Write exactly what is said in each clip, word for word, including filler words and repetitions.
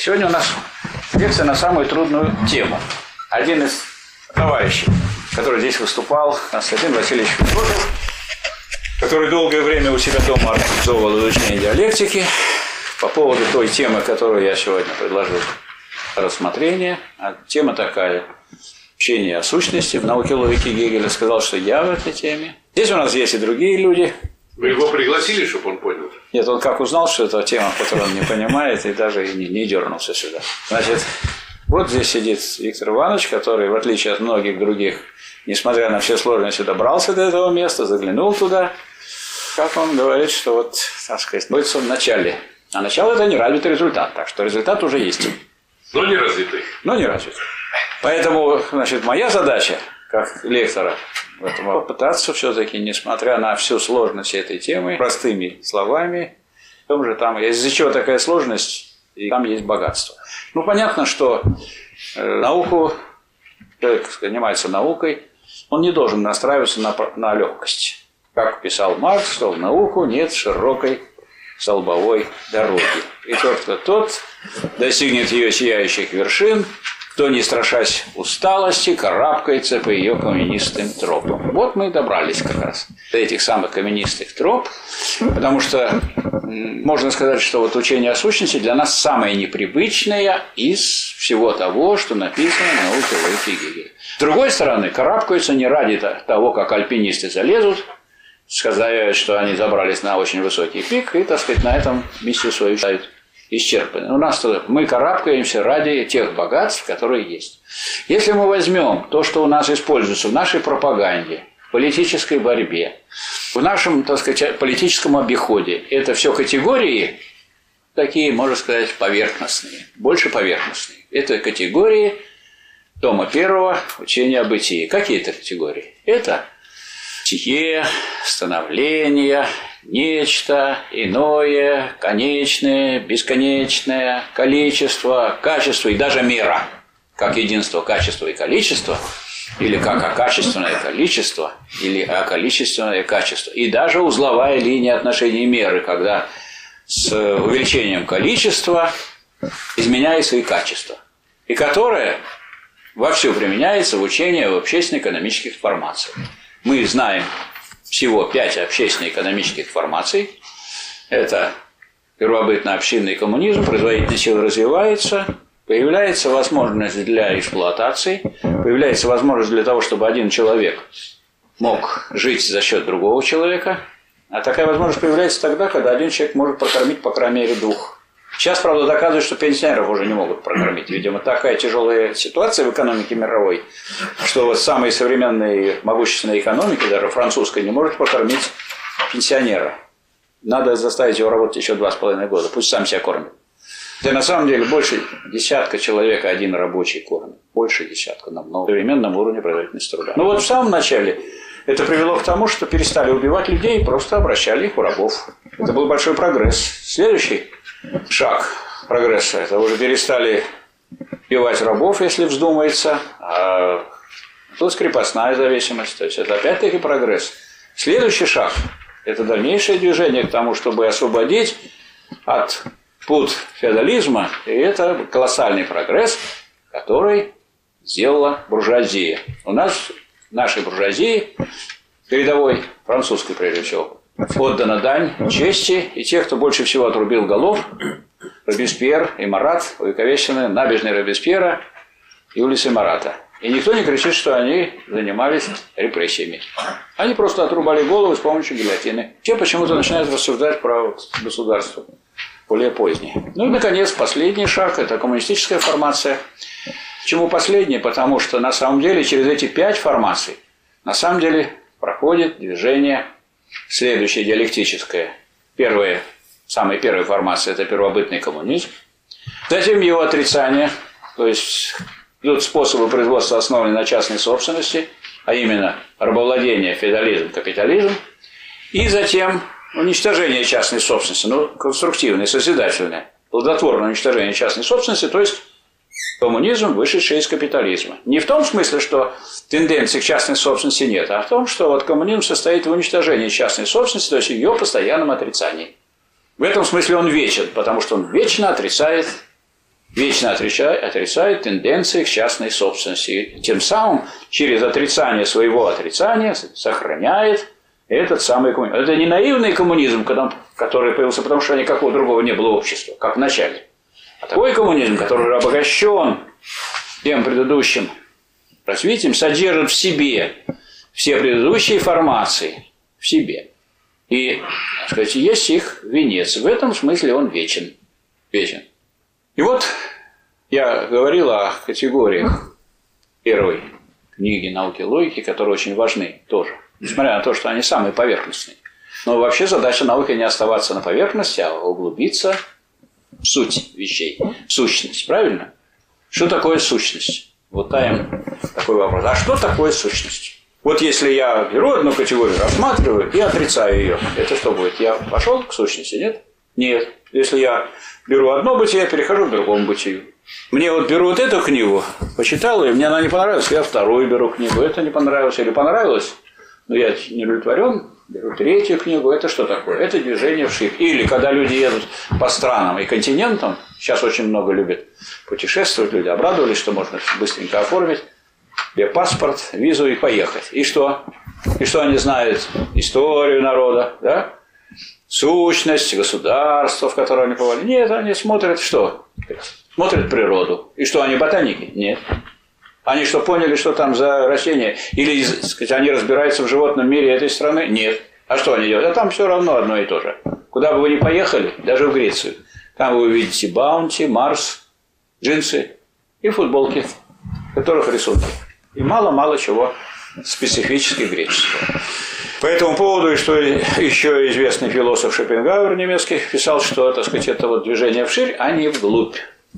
Сегодня у нас лекция на самую трудную тему. Один из товарищей, который здесь выступал, Константин Васильевич Федотов, который долгое время у себя дома организовывал изучение диалектики, по поводу той темы, которую я сегодня предложил рассмотрение. А тема такая: учение о сущности в науке логики Гегеля. Сказал, что я в этой теме. Здесь у нас есть и другие люди. Вы его пригласили, чтобы он понял? Нет, он как узнал, что это тема, которую он не понимает, и даже и не, не дернулся сюда. Значит, вот здесь сидит Виктор Иванович, который, в отличие от многих других, несмотря на все сложности, добрался до этого места, заглянул туда. Как он говорит, что вот, так сказать, находится в начале. А начало – это неразвитый результат, так что результат уже есть. Но не развитый. Но не развитый. Поэтому, значит, моя задача, как лектора, в этом попытаться все-таки, несмотря на всю сложность этой темы, простыми словами, в том же там, из-за чего такая сложность, и там есть богатство. Ну, понятно, что э, науку, человек занимается наукой, он не должен настраиваться на, на легкость. Как писал Маркс, что в науку нет широкой столбовой дороги. И тот, кто тот, достигнет ее сияющих вершин, кто, не страшась усталости, карабкается по ее каменистым тропам. Вот мы и добрались как раз до этих самых каменистых троп, потому что можно сказать, что вот учение о сущности для нас самое непривычное из всего того, что написано в науке логики Гегеля. С другой стороны, карабкаются не ради того, как альпинисты залезут, сказали, что они забрались на очень высокий пик и, так сказать, на этом миссию свою считают исчерпаны. У нас мы карабкаемся ради тех богатств, которые есть. Если мы возьмем то, что у нас используется в нашей пропаганде, в политической борьбе, в нашем, так сказать, политическом обиходе, это все категории такие, можно сказать, поверхностные, больше поверхностные. Это категории тома первого учения о бытии. Какие это категории? Это бытие, становление, нечто, иное, конечное, бесконечное, количество, качество и даже мера, как единство качества и количества, или как окачественное количество, или околичественное качество, и даже узловая линия отношений меры, когда с увеличением количества изменяется и качество, и которое вовсю применяется в учении об общественно-экономических формациях. Мы знаем всего пять общественно-экономических формаций. Это первобытно-общинный коммунизм, производительная сила развивается, появляется возможность для эксплуатации, появляется возможность для того, чтобы один человек мог жить за счет другого человека, а такая возможность появляется тогда, когда один человек может прокормить, по крайней мере, двух. Сейчас, правда, доказывают, что пенсионеров уже не могут прокормить. Видимо, такая тяжелая ситуация в экономике мировой, что вот самые современные могущественные экономики, даже французская, не может прокормить пенсионера. Надо заставить его работать еще два с половиной года, пусть сам себя кормит. Да на самом деле больше десятка человек один рабочий кормит. Больше десятка на много современном уровне производительности труда. Ну вот в самом начале это привело к тому, что перестали убивать людей и просто обращали их в рабов. Это был большой прогресс. Следующий шаг прогресса. Это уже перестали убивать рабов, если вздумается, а тут крепостная зависимость. То есть это опять-таки прогресс. Следующий шаг – это дальнейшее движение к тому, чтобы освободить от пут феодализма. И это колоссальный прогресс, который сделала буржуазия. У нас, в нашей буржуазии, передовой, французской прежде всего, отдана дань чести, и тех, кто больше всего отрубил голов, Робеспьер и Марат, увековечены набережной Робеспьера и улицы Марата. И никто не кричит, что они занимались репрессиями. Они просто отрубали головы с помощью гильотины. Те почему-то начинают рассуждать про государство более позднее. Ну и, наконец, последний шаг – это коммунистическая формация. Почему последний? Потому что, на самом деле, через эти пять формаций, на самом деле, проходит движение следующее диалектическое. Первая, самая первая формация – это первобытный коммунизм. Затем его отрицание, то есть идут способы производства, основанные на частной собственности, а именно рабовладение, феодализм, капитализм. И затем уничтожение частной собственности, ну, конструктивное, созидательное, плодотворное уничтожение частной собственности, то есть коммунизм, вышедший из капитализма. Не в том смысле, что тенденции к частной собственности нет, а в том, что вот коммунизм состоит в уничтожении частной собственности, то есть ее постоянном отрицании. В этом смысле он вечен, потому что он вечно отрицает вечно отрицает, отрицает тенденции к частной собственности. И тем самым через отрицание своего отрицания сохраняет этот самый коммунизм. Это не наивный коммунизм, который появился, потому что никакого другого не было общества, как в начале. А такой коммунизм, который обогащен тем предыдущим развитием, содержит в себе все предыдущие формации, в себе. И, так сказать, есть их венец. В этом смысле он вечен. Вечен. И вот я говорил о категориях первой книги «Науки и логики», которые очень важны тоже. Несмотря на то, что они самые поверхностные. Но вообще задача науки не оставаться на поверхности, а углубиться в суть вещей. В сущность. Правильно? Что такое сущность? Вот таем такой вопрос. А что такое сущность? Вот если я беру одну категорию, рассматриваю и отрицаю ее, это что будет? Я пошел к сущности, нет? Нет. Если я беру одно бытие, я перехожу к другому бытию. Мне вот беру вот эту книгу, почитал ее, мне она не понравилась, я вторую беру книгу, это не понравилось или понравилось, но я не удовлетворен, беру третью книгу. Это что такое? Это движение вширь. Или когда люди едут по странам и континентам, сейчас очень много любят путешествовать, люди обрадовались, что можно быстренько оформить себе паспорт, визу и поехать. И что? И что они знают? Историю народа, да? Сущность государства, в которое они попали. Нет, они смотрят что? Смотрят природу. И что, они ботаники? Нет. Они что, поняли, что там за растения? Или, так сказать, они разбираются в животном мире этой страны? Нет. А что они делают? А там все равно одно и то же. Куда бы вы ни поехали, даже в Грецию, там вы увидите Баунти, Марс, джинсы и футболки, в которых рисунки. И мало-мало чего специфически греческого. По этому поводу, что еще известный философ Шопенгауэр немецкий писал, что, так сказать, это вот движение вширь, а не вглубь.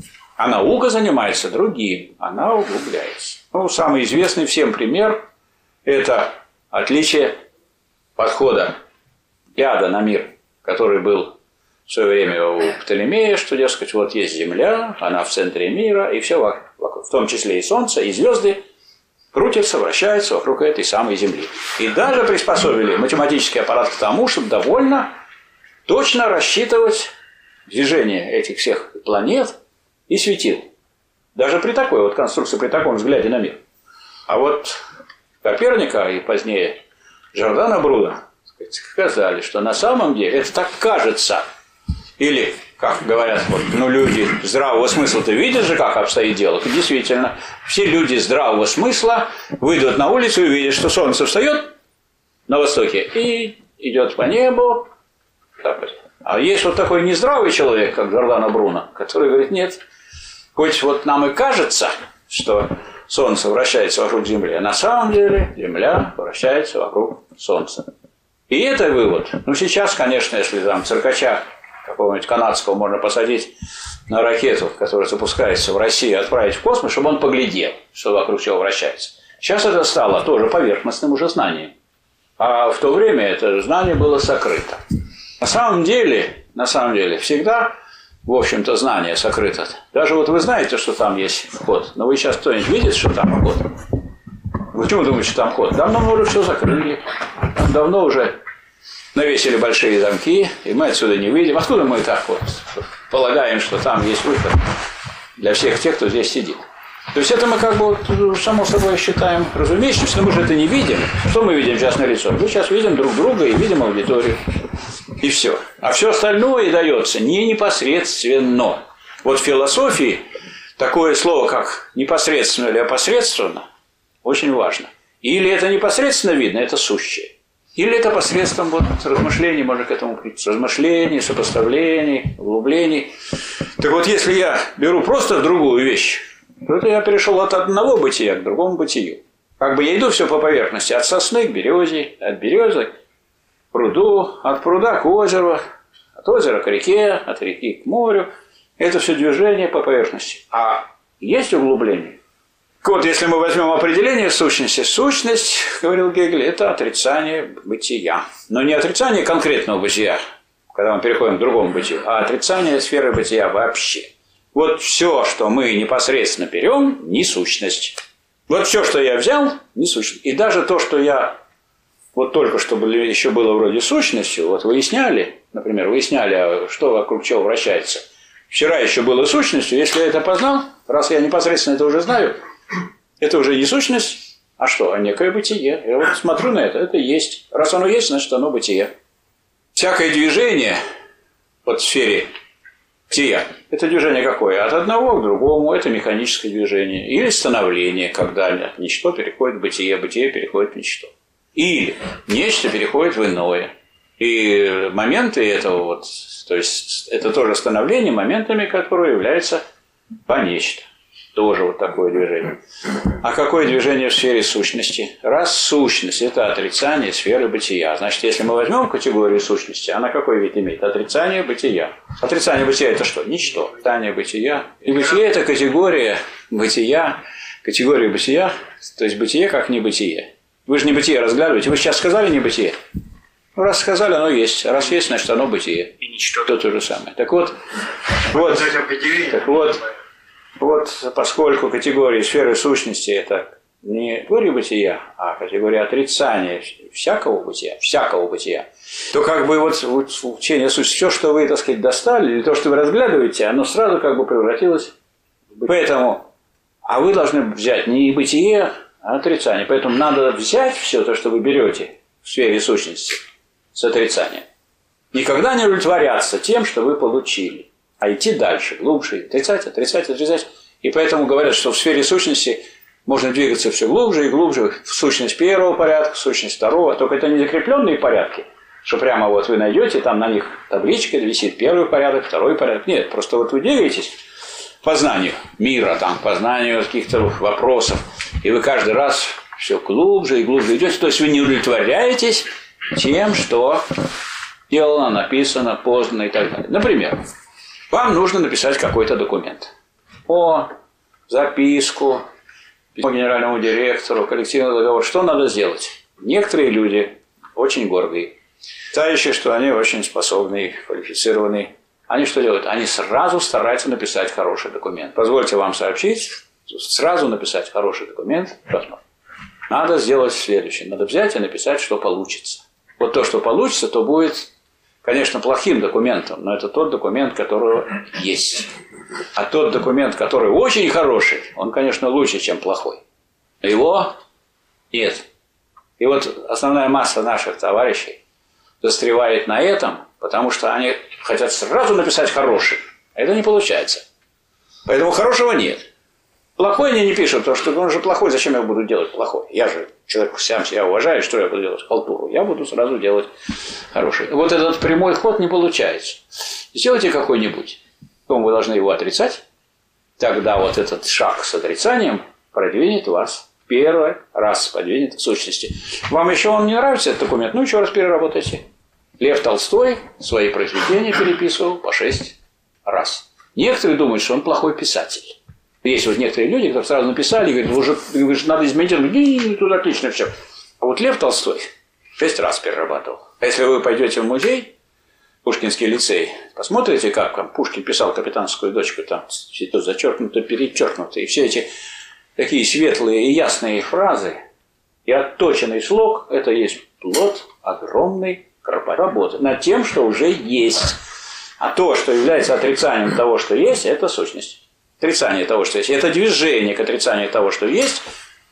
А наука занимается другим, она углубляется. Ну, самый известный всем пример – это отличие подхода, взгляда на мир, который был в свое время у Птолемея, что, дескать, вот есть Земля, она в центре мира, и все вокруг, в том числе и Солнце, и звезды, крутятся, вращаются вокруг этой самой Земли. И даже приспособили математический аппарат к тому, чтобы довольно точно рассчитывать движение этих всех планет и светил. Даже при такой вот конструкции, при таком взгляде на мир. А вот Коперника и позднее Джордано Бруно сказали, что на самом деле это так кажется. Или, как говорят, вот, ну люди здравого смысла-то видят же, как обстоит дело. Действительно, все люди здравого смысла выйдут на улицу и увидят, что солнце встает на востоке и идет по небу. А есть вот такой нездравый человек, как Джордано Бруно, который говорит, нет, хоть вот нам и кажется, что солнце вращается вокруг Земли, а на самом деле Земля вращается вокруг Солнца. И это вывод. Ну сейчас, конечно, если там циркача какого-нибудь канадского можно посадить на ракету, которая запускается в Россию, и отправить в космос, чтобы он поглядел, что вокруг чего вращается. Сейчас это стало тоже поверхностным уже знанием. А в то время это знание было сокрыто. На самом деле, на самом деле, всегда, в общем-то, знание сокрыто. Даже вот вы знаете, что там есть вход, но вы сейчас кто-нибудь видит, что там вход? Вы почему думаете, что там вход? Давно мы уже все закрыли. Там давно уже навесили большие замки, и мы отсюда не выйдем. Откуда мы так вот полагаем, что там есть выход для всех тех, кто здесь сидит? То есть это мы как бы вот, само собой считаем разумеющимся, но мы же это не видим. Что мы видим сейчас на лицо? Мы сейчас видим друг друга и видим аудиторию. И все. А все остальное дается не непосредственно. Вот в философии такое слово, как непосредственно или опосредственно, очень важно. Или это непосредственно видно, это сущее. Или это посредством вот размышлений можно к этому прийти. Размышлений, сопоставлений, углублений. Так вот, если я беру просто другую вещь, то это я перешел от одного бытия к другому бытию. Как бы я иду все по поверхности. От сосны к березе, от березы к пруду, от пруда к озеру, от озера к реке, от реки к морю. Это все движение по поверхности. А есть углубление? Вот если мы возьмем определение сущности, сущность, говорил Гегель, это отрицание бытия. Но не отрицание конкретного бытия, когда мы переходим к другому бытию, а отрицание сферы бытия вообще. Вот все, что мы непосредственно берем, не сущность. Вот все, что я взял, не сущность. И даже то, что я вот только что еще было вроде сущностью, вот выясняли, например, выясняли, что вокруг чего вращается, вчера еще было сущностью, если я это познал, раз я непосредственно это уже знаю, это уже не сущность, а что? А некое бытие. Я вот смотрю на это, это есть. Раз оно есть, значит оно бытие. Всякое движение вот в сфере бытия, это движение какое? От одного к другому, это механическое движение. Или становление, когда ничто переходит в бытие, бытие переходит в ничто. Или нечто переходит в иное. И моменты этого вот, то есть это тоже становление, моментами которые являются по нечто. Тоже вот такое движение. А какое движение в сфере сущности? Раз сущность – это отрицание сферы бытия. Значит, если мы возьмем категорию сущности, она какой вид имеет? Отрицание бытия. Отрицание бытия – это что? Ничто. Отрицание бытия. И бытие – это категория бытия, категория бытия, то есть бытие как небытие. Вы же небытие разглядываете. Вы сейчас сказали небытие? Ну, раз сказали, оно есть. Раз есть, значит, оно бытие. И ничто. То, то же самое. Так вот, вот, так вот, вот, поскольку категория сферы сущности – это не категория бытия, а категория отрицания всякого бытия, всякого бытия, то как бы вот, вот в учении сущности, все, что вы, так сказать, достали, или то, что вы разглядываете, оно сразу как бы превратилось в бытие. Поэтому, а вы должны взять не бытие, а отрицание. Поэтому надо взять все то, что вы берете в сфере сущности с отрицанием. Никогда не удовлетворяться тем, что вы получили, а идти дальше, глубже, отрицать, отрицать, отрицать. И поэтому говорят, что в сфере сущности можно двигаться все глубже и глубже в сущность первого порядка, в сущность второго. Только это не закрепленные порядки, что прямо вот вы найдете, там на них табличка висит первый порядок, второй порядок. Нет, просто вот вы двигаетесь к познанию мира, там, к познанию каких-то вопросов, и вы каждый раз все глубже и глубже идете. То есть вы не удовлетворяетесь тем, что сделано, написано, познано и так далее. Например, вам нужно написать какой-то документ. О, записку, письмо генеральному директору, коллективный договор. Что надо сделать? Некоторые люди очень гордые, считающие, что они очень способные, квалифицированные. Они что делают? Они сразу стараются написать хороший документ. Позвольте вам сообщить, сразу написать хороший документ. Надо сделать следующее. Надо взять и написать, что получится. Вот то, что получится, то будет, конечно, плохим документом, но это тот документ, который есть. А тот документ, который очень хороший, он, конечно, лучше, чем плохой. Его нет. И вот основная масса наших товарищей застревает на этом, потому что они хотят сразу написать хороший. А это не получается. Поэтому хорошего нет. Плохой они не пишут, потому что он же плохой, зачем я буду делать плохой? Я же человек сам себя уважаю, что я буду делать? Халтуру. Я буду сразу делать хороший. Вот этот прямой ход не получается. Сделайте какой-нибудь. Потом вы должны его отрицать. Тогда вот этот шаг с отрицанием продвинет вас. Первый раз подвинет в сущности. Вам еще он не нравится, этот документ? Ну, еще раз переработайте. Лев Толстой свои произведения переписывал по шесть раз. Некоторые думают, что он плохой писатель. Есть вот некоторые люди, которые сразу написали, говорят, уже, уже надо изменить. Не, тут отлично все. А вот Лев Толстой шесть раз перерабатывал. А если вы пойдете в музей, Пушкинский лицей, посмотрите, как там Пушкин писал «Капитанскую дочку», там все это зачеркнуто, перечеркнуто, и все эти такие светлые и ясные фразы, и отточенный слог, это есть плод огромной работы над тем, что уже есть. А то, что является отрицанием того, что есть, это сущность. Отрицание того, что есть. Это движение к отрицанию того, что есть,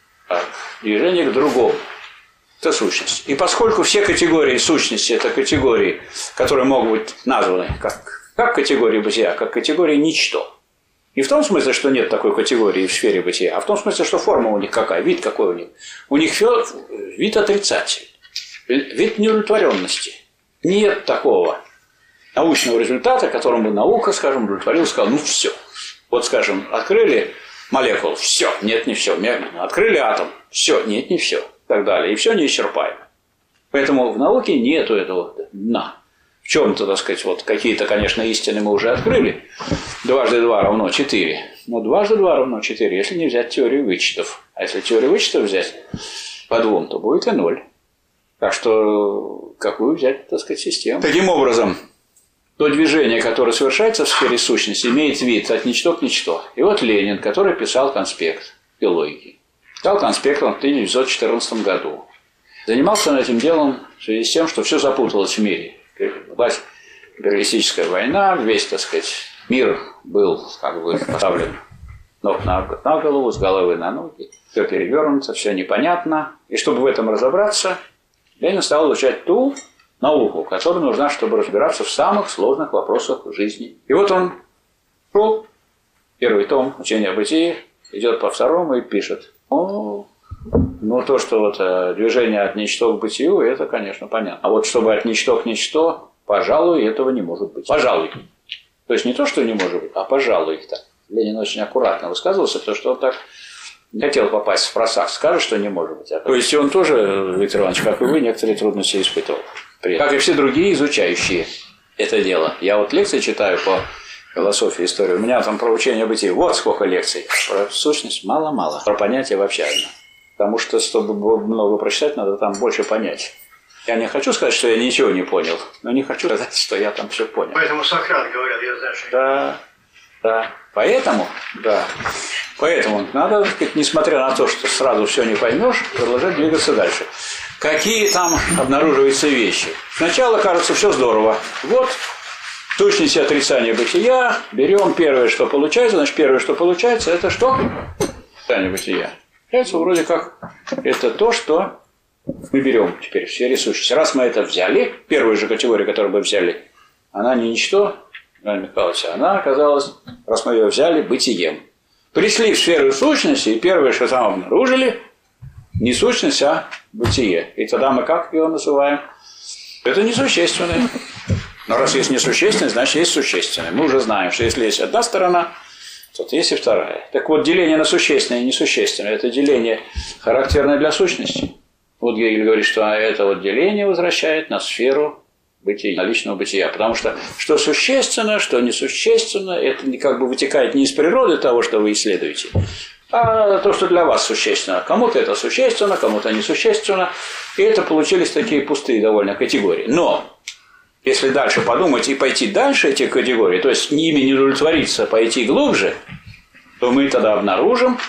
а движение к другому. Это сущность. И поскольку все категории сущности – это категории, которые могут быть названы как, как категории бытия, как категории ничто. Не в том смысле, что нет такой категории в сфере бытия, а в том смысле, что форма у них какая, вид какой у них. У них вид отрицательный, вид неудовлетворенности. Нет такого научного результата, которым бы наука, скажем, удовлетворила, сказала, ну все. Вот, скажем, открыли молекулу, все, нет, не все. Открыли атом, все, нет, не все. И так далее. И все неисчерпаемо. Поэтому в науке нету этого дна. В чем-то, так сказать, вот какие-то, конечно, истины мы уже открыли. Дважды два равно четыре. Но дважды два равно четыре, если не взять теорию вычетов. А если теорию вычетов взять по двум, то будет и ноль. Так что какую взять, так сказать, систему? Таким образом, то движение, которое совершается в сфере сущности, имеет вид от ничто к ничто. И вот Ленин, который писал конспект биологии. Писал конспект он в тысяча девятьсот четырнадцатом году. Занимался он этим делом в связи с тем, что все запуталось в мире. Власть, империалистическая война, весь, так сказать, мир был как бы поставлен ног на, на голову, с головы на ноги, все перевернуто, все непонятно. И чтобы в этом разобраться, Ленин стал изучать ту науку, которая нужна, чтобы разбираться в самых сложных вопросах жизни. И вот он шел, первый том «Учение о бытии», идет по второму и пишет. О, ну, то, что вот движение от ничто к бытию, это, конечно, понятно. А вот чтобы от ничто к ничто, пожалуй, этого не может быть. Пожалуй. То есть не то, что не может быть, а пожалуй так. Ленин очень аккуратно высказывался, потому что он так не хотел попасть в просак. Скажет, что не может быть. То есть он тоже, Виктор Иванович, как и вы, некоторые трудности испытывал. Как и все другие изучающие это дело. Я вот лекции читаю по философии, истории. У меня там про учение о бытии. Вот сколько лекций. Про сущность мало-мало. Про понятие вообще одно. Потому что, чтобы много прочитать, надо там больше понять. Я не хочу сказать, что я ничего не понял, но не хочу сказать, что я там все понял. Поэтому Сократ говорят, я знаю, что... Да, да. Поэтому, да. Поэтому надо, так сказать, несмотря на то, что сразу все не поймешь, продолжать двигаться дальше. Какие там обнаруживаются вещи? Сначала кажется, все здорово. Вот сущность и отрицание бытия. Берем первое, что получается. Значит, первое, что получается, это что? Отрицание бытия. Получается, вроде как это то, что мы берем теперь в сфере сущности. Раз мы это взяли, первую же категорию, которую мы взяли, она не ничто, Иван Михайлович, она оказалась, раз мы ее взяли, бытием. Пришли в сферу сущности, и первое, что там обнаружили, не сущность, а бытие. И тогда мы как его называем? Это несущественное. Но раз есть несущественное, значит есть существенное. Мы уже знаем, что если есть одна сторона, то есть и вторая. Так вот, деление на существенное и несущественное – это деление, характерное для сущности. Вот Гегель говорит, что это вот деление возвращает на сферу бытия, на личного бытия. Потому что что существенно, что несущественно, это как бы вытекает не из природы того, что вы исследуете, а то, что для вас существенно. Кому-то это существенно, кому-то несущественно. И это получились такие пустые довольно категории. Но если дальше подумать и пойти дальше этих категорий, то есть ими не удовлетвориться, пойти глубже, то мы тогда обнаружим,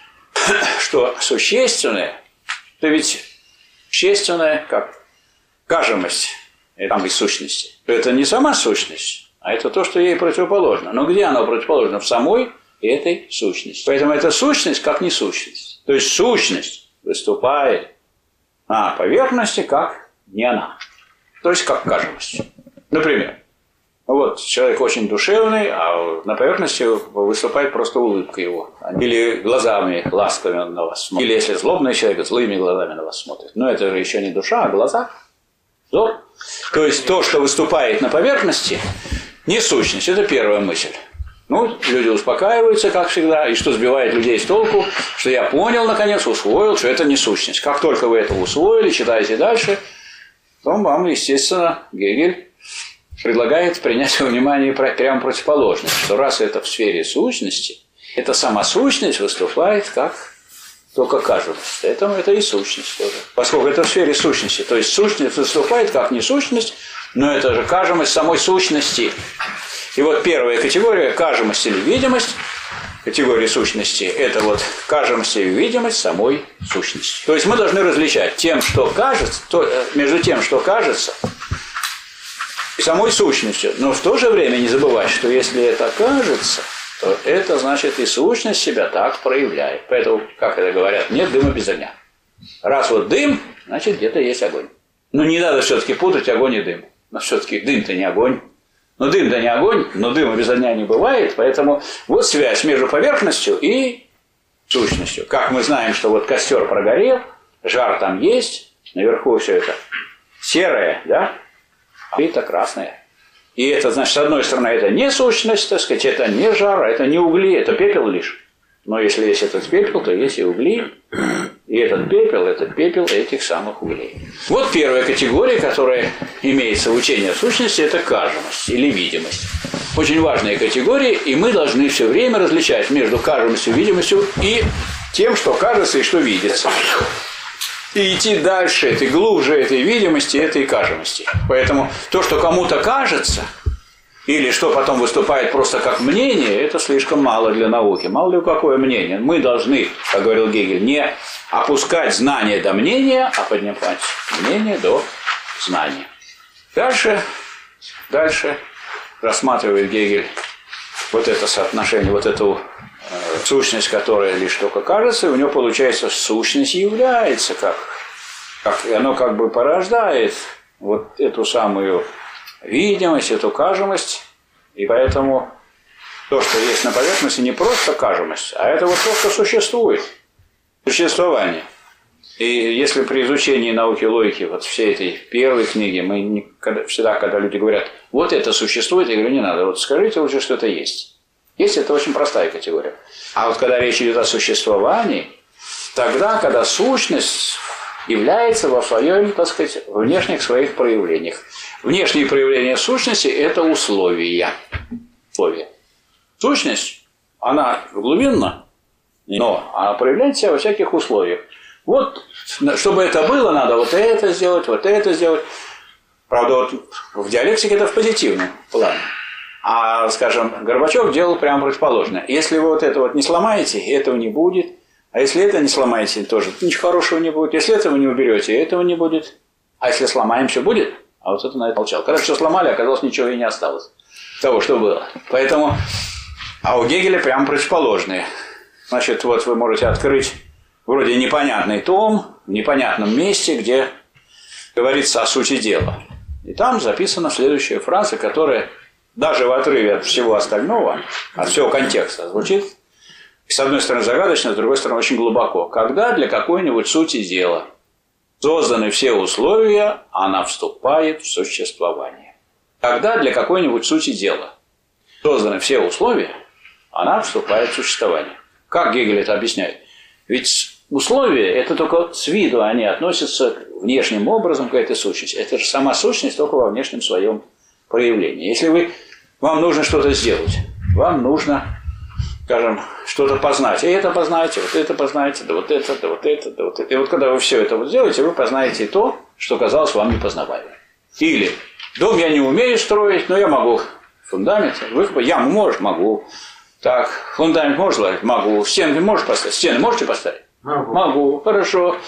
что существенное, то ведь существенное, как кажемость, там и сущности, то это не сама сущность, а это то, что ей противоположно. Но где оно противоположно? В самой этой сущности. Поэтому это сущность как несущность. То есть сущность выступает на поверхности как не она. То есть как кажемость. Например, вот человек очень душевный, а на поверхности выступает просто улыбка его. Или глазами ласковыми на вас смотрит. Или если злобный человек, злыми глазами на вас смотрит. Но это же еще не душа, а глаза. Взор. То есть то, что выступает на поверхности, не сущность. Это первая мысль. Ну, люди успокаиваются, как всегда, и что сбивает людей с толку, что я понял, наконец, усвоил, что это не сущность. Как только вы это усвоили, читаете дальше, то вам, естественно, Гегель предлагает принять во внимание прямо противоположность, что раз это в сфере сущности, эта сама сущность выступает как только кажемость. Поэтому это и сущность тоже. Поскольку это в сфере сущности, то есть сущность выступает как не сущность, но это же кажемость самой сущности. И вот первая категория – кажемость или видимость, категория сущности – это вот кажемость или видимость самой сущности. То есть мы должны различать тем, что кажется, то, между тем, что кажется, и самой сущностью. Но в то же время не забывать, что если это кажется, то это значит и сущность себя так проявляет. Поэтому, как это говорят, нет дыма без огня. Раз вот дым, значит где-то есть огонь. Но не надо все-таки путать огонь и дым. Но все-таки дым-то не огонь. Но дым-то не огонь, но дыма без огня не бывает. Поэтому вот связь между поверхностью и сущностью. Как мы знаем, что вот костер прогорел, жар там есть, наверху все это серое, да? А это красное. И это, значит, с одной стороны, это не сущность, так сказать, это не жар, это не угли, это пепел лишь. Но если есть этот пепел, то есть и угли. И этот пепел, это пепел этих самых углей. Вот первая категория, которая имеется в учении о сущности, это кажемость или видимость. Очень важные категории, и мы должны все время различать между кажемостью, видимостью и тем, что кажется и что видится. И идти дальше, этой глубже этой видимости, этой кажемости. Поэтому то, что кому-то кажется, или что потом выступает просто как мнение, это слишком мало для науки. Мало ли какое мнение. Мы должны, как говорил Гегель, не опускать знание до мнения, а поднимать мнение до знания. Дальше, дальше рассматривает Гегель вот это соотношение, вот эту э, сущность, которая лишь только кажется, и у него получается сущность является, как, как и оно как бы порождает вот эту самую видимость, эту кажемость, и поэтому то, что есть на поверхности, не просто кажемость, а это вот то, что существует, существование. И если при изучении науки логики, вот всей этой первой книги, мы не, когда, всегда, когда люди говорят, вот это существует, я говорю, не надо, вот скажите лучше, что это есть. Есть, это очень простая категория. А вот когда речь идет о существовании, тогда, когда сущность является во своем, так сказать, внешних своих проявлениях. Внешние проявления сущности – это условия. Условия. Сущность, она глубинна, но она проявляет себя во всяких условиях. Вот, чтобы это было, надо вот это сделать, вот это сделать. Правда, вот в диалектике это в позитивном плане. А, скажем, Горбачев делал прямо противоположное. Если вы вот это вот не сломаете, этого не будет. А если это не сломаете, тоже ничего хорошего не будет. Если этого не уберете, этого не будет. А если сломаем, все будет? А вот это на это молчал. Когда все сломали, оказалось, ничего и не осталось. Того, что было. Поэтому, а у Гегеля прямо противоположные. Значит, вот вы можете открыть вроде непонятный том, в непонятном месте, где говорится о сути дела. И там записана следующая фраза, которая даже в отрыве от всего остального, от всего контекста, звучит, с одной стороны загадочно, с другой стороны очень глубоко. Когда для какой-нибудь сути дела созданы все условия, она вступает в существование. Когда для какой-нибудь сути дела созданы все условия, она вступает в существование. Как Гегель это объясняет? Ведь условия, это только с виду они относятся внешним образом к этой сущности. Это же сама сущность только во внешнем своем проявлении. Если вы, вам нужно что-то сделать, вам нужно, скажем, что-то познать. И это познаете, вот это познаете, да вот это, да вот это, да вот это. И вот когда вы все это вот сделаете, вы познаете то, что казалось вам непознаваемым. Или дом я не умею строить, но я могу фундамент, выкопать, яму можешь, могу. Так, фундамент можешь ложить? Могу. Стены можешь поставить? Стены можете поставить? Могу. Могу. Хорошо.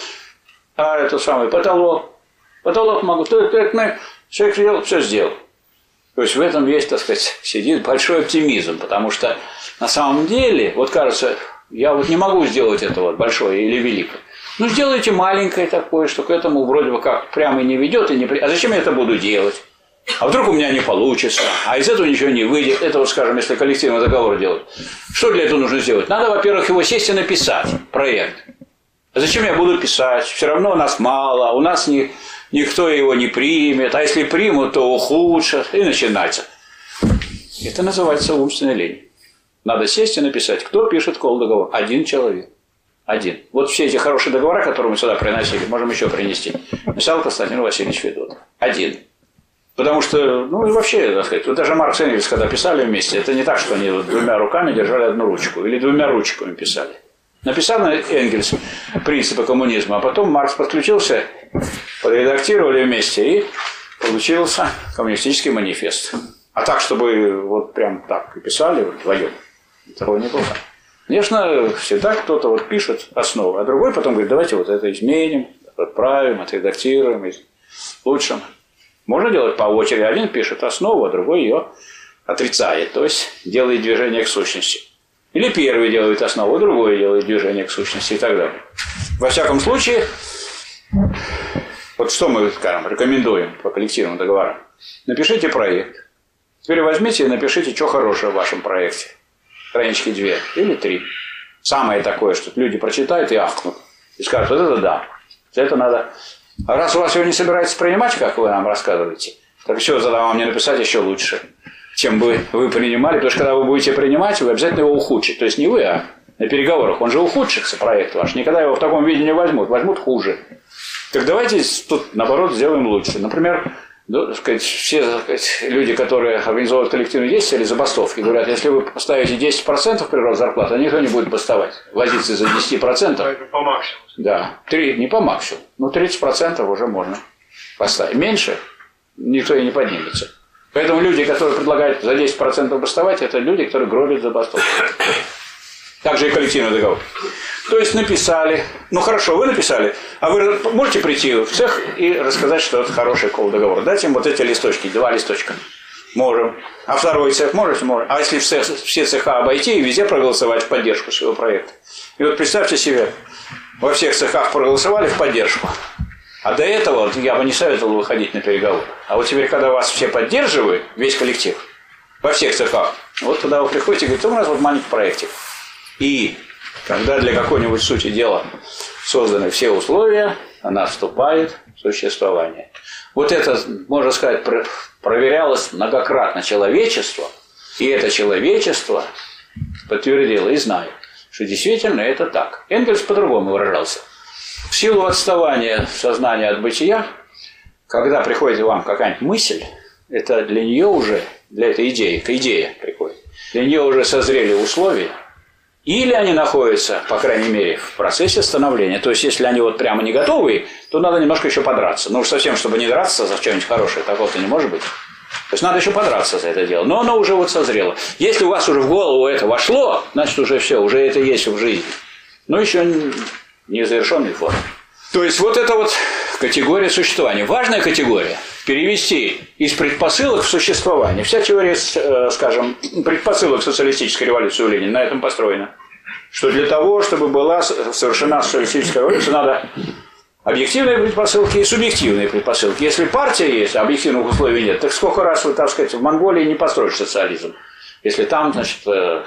А это самый потолок? Потолок могу. Человек сделал, все сделал. То есть в этом есть, так сказать, сидит большой оптимизм, потому что на самом деле, вот кажется, я вот не могу сделать это вот большое или великое. Ну, сделайте маленькое такое, что к этому вроде бы как прямо и не ведет, и не... А зачем я это буду делать? А вдруг у меня не получится, а из этого ничего не выйдет. Это вот, скажем, если коллективный договор делать. Что для этого нужно сделать? Надо, во-первых, его сесть и написать, проект. А зачем я буду писать? Все равно у нас мало, у нас не, никто его не примет, а если примут, то ухудшат, и начинается. Это называется умственная лень. Надо сесть и написать. Кто пишет колл-договор? Один человек. Один. Вот все эти хорошие договора, которые мы сюда приносили, можем еще принести. Написал Константин Васильевич Федотов. Один. Потому что, ну и вообще, так сказать, вот даже Маркс и Энгельс, когда писали вместе, это не так, что они вот двумя руками держали одну ручку, или двумя ручками писали. Написал Энгельс принципы коммунизма, а потом Маркс подключился, подредактировали вместе, и получился коммунистический манифест. А так, чтобы вот прям так и писали вот, вдвоем, такого не было. Конечно, всегда кто-то вот пишет основу, а другой потом говорит, давайте вот это изменим, отправим, отредактируем, улучшим. Можно делать по очереди. Один пишет основу, а другой ее отрицает, то есть делает движение к сущности. Или первый делает основу, а другой делает движение к сущности и так далее. Во всяком случае, вот что мы, скажем, рекомендуем по коллективным договорам. Напишите проект. Теперь возьмите и напишите, что хорошее в вашем проекте. Странички две или три. Самое такое, что люди прочитают и ахнут. И скажут, вот это да. Это надо... А раз у вас его не собирается принимать, как вы нам рассказываете, так еще тогда вам не написать еще лучше, чем бы вы принимали. Потому что когда вы будете принимать, вы обязательно его ухудшите. То есть не вы, а на переговорах. Он же ухудшится, проект ваш. Никогда его в таком виде не возьмут. Возьмут хуже. Так давайте тут, наоборот, сделаем лучше. Например, так сказать, все так сказать, люди, которые организовывают коллективные действия или забастовки, говорят, если вы поставите десять процентов прирост зарплаты, никто не будет бастовать. Возиться за десять процентов. По максимуму. Да, три, не по максимуму, но тридцать процентов уже можно поставить. Меньше никто и не поднимется. Поэтому люди, которые предлагают за десять процентов бастовать, это люди, которые гробят забастовку. Также и коллективный договор. То есть написали, ну хорошо, вы написали, а вы можете прийти в цех и рассказать, что это хороший колл-договор. Дать им вот эти листочки, два листочка. Можем. А второй цех можете? Можем. А если все, все цеха обойти и везде проголосовать в поддержку своего проекта? И вот представьте себе, во всех цехах проголосовали в поддержку. А до этого я бы не советовал выходить на переговоры. А вот теперь, когда вас все поддерживают, весь коллектив, во всех цехах, вот тогда вы приходите и говорите, у нас вот маленький проектик. И когда для какой-нибудь сути дела созданы все условия, она вступает в существование. Вот это, можно сказать, проверялось многократно человечество, и это человечество подтвердило и знает, что действительно это так. Энгельс по-другому выражался. В силу отставания сознания от бытия, когда приходит вам какая-нибудь мысль, это для нее уже, для этой идеи, к идее приходит, для нее уже созрели условия, или они находятся, по крайней мере, в процессе становления. То есть, если они вот прямо не готовы, то надо немножко еще подраться. Ну уж совсем, чтобы не драться за что-нибудь хорошее, такого-то не может быть. То есть, надо еще подраться за это дело. Но оно уже вот созрело. Если у вас уже в голову это вошло, значит, уже все, уже это есть в жизни. Но еще не в завершенной форме. То есть, вот это вот категория существования. Важная категория. Перевести из предпосылок в существование. Вся теория, скажем, предпосылок социалистической революции у Ленина на этом построена. Что для того, чтобы была совершена социалистическая революция, надо объективные предпосылки и субъективные предпосылки. Если партия есть, а объективных условий нет, так сколько раз вы, так сказать, в Монголии не построишь социализм, если там, значит,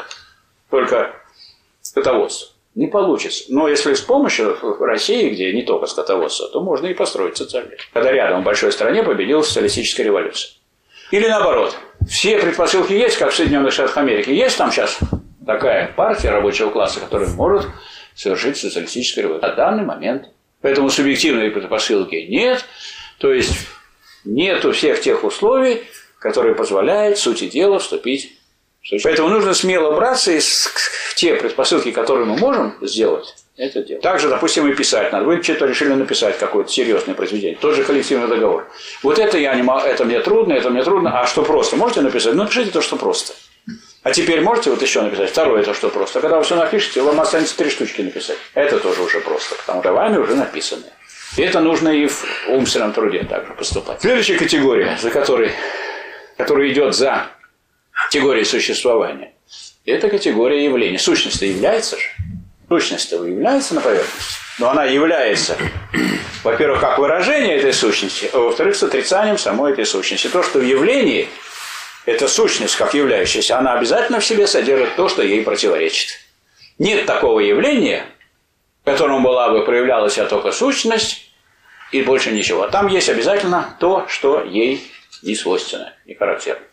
только скотоводство. Не получится. Но если с помощью России, где не только скотоводство, то можно и построить социализм. Когда рядом в большой стране победила социалистическая революция. Или наоборот. Все предпосылки есть, как в Соединенных Штатах Америки. Есть там сейчас такая партия рабочего класса, которая может совершить социалистическую революцию. На данный момент. Поэтому субъективной предпосылки нет. То есть нету всех тех условий, которые позволяют сути дела вступить. Поэтому нужно смело браться и те предпосылки, которые мы можем сделать, это делать. Также, допустим, и писать надо. Вы что-то решили написать, какое-то серьезное произведение. Тот же коллективный договор. Вот это я не могу, это мне трудно, это мне трудно. А что просто? Можете написать? Ну, напишите то, что просто. А теперь можете вот еще написать? Второе, то, что просто. А когда вы все напишете, вам останется три штучки написать. Это тоже уже просто, потому что вами уже написано. И это нужно и в умственном труде также поступать. Следующая категория, за которой, которая идет за категорией существования, это категория явления. Сущность-то является же. Сущность-то является на поверхности. Но она является, во-первых, как выражение этой сущности, а во-вторых, с отрицанием самой этой сущности. То, что в явлении, эта сущность, как являющаяся, она обязательно в себе содержит то, что ей противоречит. Нет такого явления, в котором была бы проявлялась только сущность и больше ничего. Там есть обязательно то, что ей не свойственно, не характерно.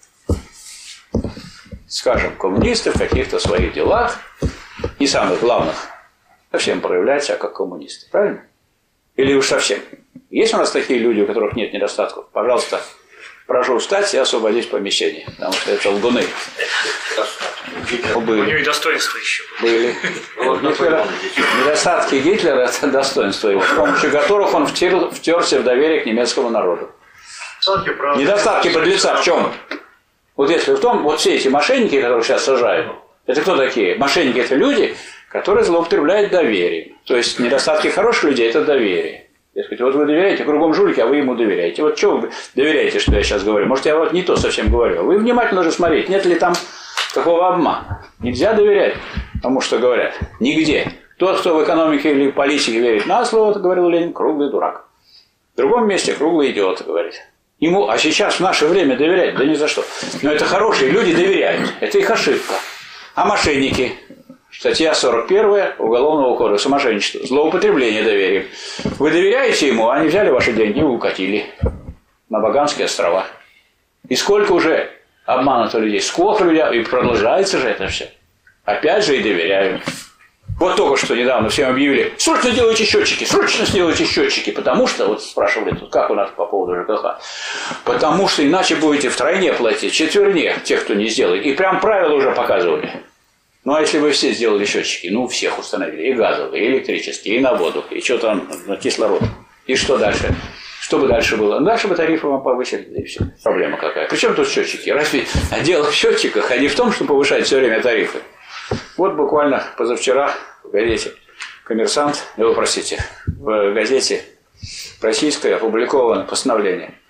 Скажем, коммунисты в каких-то своих делах, не самых главных, совсем проявляют себя как коммунисты. Правильно? Или уж совсем. Есть у нас такие люди, у которых нет недостатков? Пожалуйста, прошу встать и освободить помещение. Потому что это лгуны. У него и достоинства еще были. Гитлера, недостатки Гитлера – это достоинство его, с помощью которых он втер, втерся в доверие к немецкому народу. Недостатки подлеца в чем? Вот если в том, вот все эти мошенники, которых сейчас сажают, это кто такие? Мошенники – это люди, которые злоупотребляют доверием. То есть недостатки хороших людей – это доверие. Дескать, вот вы доверяете, кругом жулики, а вы ему доверяете. Вот что вы доверяете, что я сейчас говорю? Может, я вот не то совсем говорю. Вы внимательно же смотрите, нет ли там какого обмана. Нельзя доверять тому, что говорят. Нигде. Тот, кто в экономике или в политике верит на слово, говорил Ленин, круглый дурак. В другом месте круглый идиот, говорит. Ему, а сейчас в наше время доверять? Да ни за что. Но это хорошие люди доверяют. Это их ошибка. А мошенники? Статья сорок первая Уголовного кодекса мошенничества. Злоупотребление доверием. Вы доверяете ему, а они взяли ваши деньги и укатили на Багамские острова. И сколько уже обмануто людей? Сколько людей? И продолжается же это все. Опять же и доверяю. Вот только что недавно всем объявили, срочно делайте счетчики, срочно сделайте счетчики, потому что, вот спрашивали тут, как у нас по поводу ЖКХ, потому что иначе будете втройне платить, четверне тех, кто не сделает. И прям правила уже показывали. Ну а если вы все сделали счетчики, ну всех установили, и газовые, и электрические, и на воду, и что там, на кислород, и что дальше? Что бы дальше было? Дальше бы тарифы вам повысили, да и все. Проблема какая? Причем тут счетчики? Разве дело в счетчиках, а не в том, что повышать все время тарифы? Вот буквально позавчера в газете «Коммерсант», ну, простите, в газете российской опубликовано постановление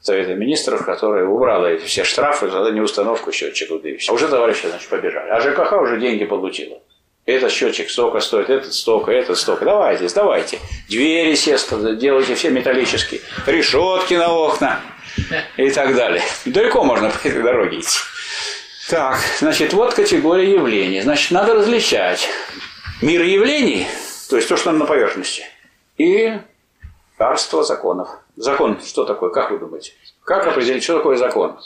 Совета министров, которая убрала эти все штрафы за неустановку счетчиков. А уже товарищи, значит, побежали. А ЖКХ уже деньги получила. Этот счетчик столько стоит, этот столько, этот столько. Давайте, сдавайте. Двери все делайте все металлические. Решетки на окна и так далее. Далеко можно по этой дороге идти. Так, значит, вот категория явлений. Значит, надо различать мир явлений, то есть то, что на поверхности, и царство законов. Закон что такое? Как вы думаете? Как определить, что такое закон?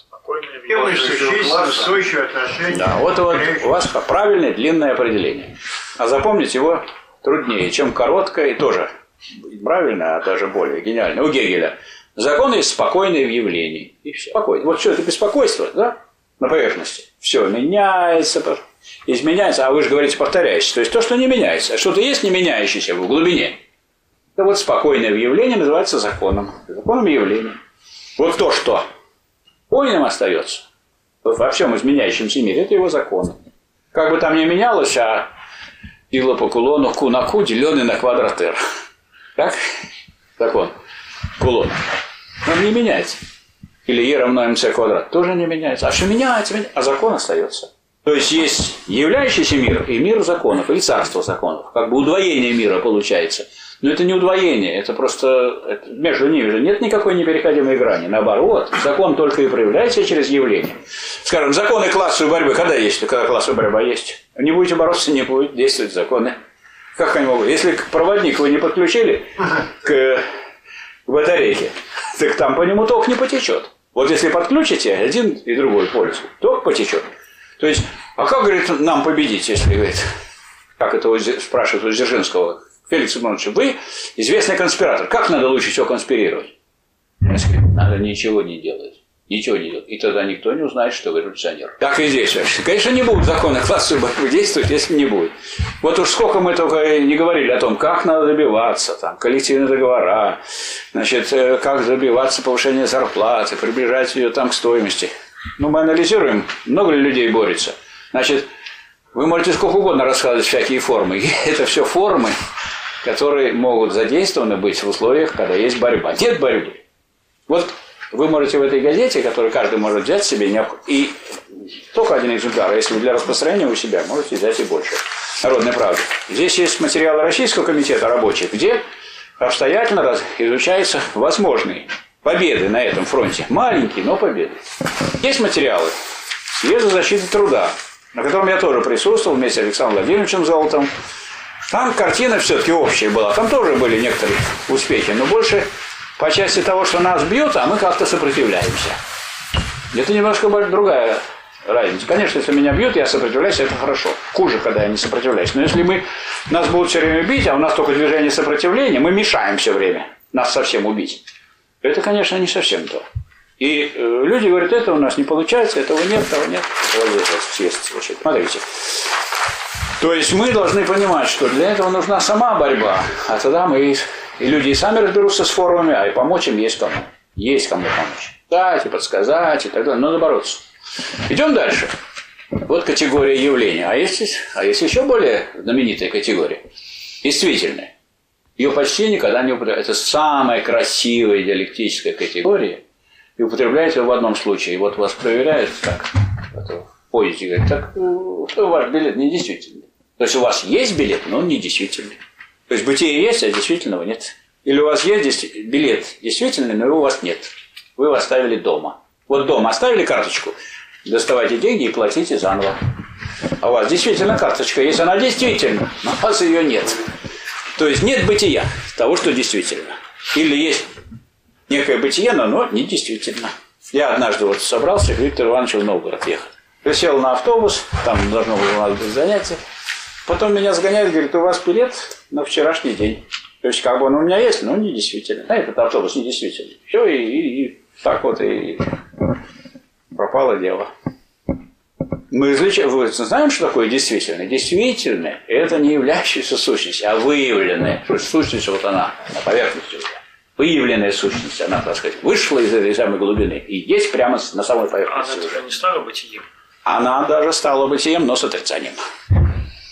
Устойчивое отношение. Да, вот, вот у вас правильное длинное определение. А запомнить его труднее, чем короткое и тоже правильно, а даже более гениально. У Гегеля закон есть спокойное в явлении. И все. Спокойно. Вот что это беспокойство, да? На поверхности. Все меняется, изменяется. А вы же говорите повторяющееся. То есть то, что не меняется. А что-то есть не меняющееся в глубине. Это вот спокойное в явлении называется законом. Законом явления. Вот то, что поиным остается во всем изменяющемся мире, это его законы. Как бы там ни менялось, а пила по кулону ку на ку, деленный на квадрат р. Так? Закон кулона. Он не меняется. Или е равно мц квадрат. Тоже не меняется. А все меняется, меняется, а закон остается. То есть есть являющийся мир и мир законов, или царство законов. Как бы удвоение мира получается. Но это не удвоение, это просто это, между ними же нет никакой непереходимой грани. Наоборот, закон только и проявляется через явление. Скажем, законы классовой борьбы, когда есть, когда классовая борьба есть? Не будете бороться, не будет действовать законы. Как они могут? Если проводник вы не подключили к батарейке, так там по нему ток не потечет. Вот если подключите один и другой полюс, ток потечет. То есть, а как, говорит, нам победить, если, говорит, как это спрашивает у Дзержинского, Феликс Иванович, вы известный конспиратор. Как надо лучше всего конспирировать? Надо ничего не делать. Ничего не делать. И тогда никто не узнает, что вы революционер. Так и здесь. Конечно, не будут законы классовой борьбы действовать, если не будет. Вот уж сколько мы только не говорили о том, как надо добиваться, там, коллективные договора, значит, как добиваться повышения зарплаты, приближать ее там к стоимости. Ну, мы анализируем, много ли людей борется. Значит, вы можете сколько угодно рассказывать всякие формы. И это все формы, которые могут задействованы быть в условиях, когда есть борьба. Нет борьбы. Вот вы можете в этой газете, которую каждый может взять себе, и только один экземпляр, если для распространения у себя, можете взять и больше. Народная правда. Здесь есть материалы Российского комитета рабочих, где обстоятельно изучаются возможные победы на этом фронте. Маленькие, но победы. Есть материалы Съезда защиты труда, на котором я тоже присутствовал вместе с Александром Владимировичем Золотом. Там картина все-таки общая была. Там тоже были некоторые успехи, но больше по части того, что нас бьют, а мы как-то сопротивляемся. Это немножко другая разница. Конечно, если меня бьют, я сопротивляюсь, это хорошо. Хуже, когда я не сопротивляюсь. Но если мы, нас будут все время бить, а у нас только движение сопротивления, мы мешаем все время нас совсем убить. Это, конечно, не совсем то. И э, люди говорят, это у нас не получается, этого нет, того нет. Вот здесь вот съесть. Смотрите. То есть мы должны понимать, что для этого нужна сама борьба, а тогда мы и, и люди и сами разберутся с формами, а и помочь им есть кому. Есть кому помочь. Дать и подсказать и так далее. Надо бороться. Идем дальше. Вот категория явления. А есть, а есть еще более знаменитая категория. Действительная. Ее почти никогда не употребляют. Это самая красивая диалектическая категория. И употребляют ее в одном случае. И вот вас проверяют так. В поезде говорят, так что ваш билет недействительный. То есть у вас есть билет, но он недействительный. То есть бытие есть, а действительного нет. Или у вас есть билет действительный, но его у вас нет. Вы его оставили дома. Вот дома оставили карточку, доставайте деньги и платите заново. А у вас действительно карточка есть, она действительно, но у вас ее нет. То есть нет бытия того, что действительно. Или есть некое бытие, но оно не действительно. Я однажды вот собрался к Виктору Ивановичу в Новгород ехать. Присел на автобус, там должно было быть занятие. Потом меня сгоняют, говорит, у вас билет на вчерашний день. То есть как бы он у меня есть, но не действительно. А этот автобус не действительный. Все, и, и, и так вот и пропало дело. Мы излечаем, знаем, что такое действительное? Действительное – это не являющаяся сущностью, а выявленная. Сущность вот она на поверхности. Выявленная сущность, она, так сказать, вышла из этой самой глубины и есть прямо на самой поверхности. Она уже не стала бытием. Она даже стала бытием, но с отрицанием.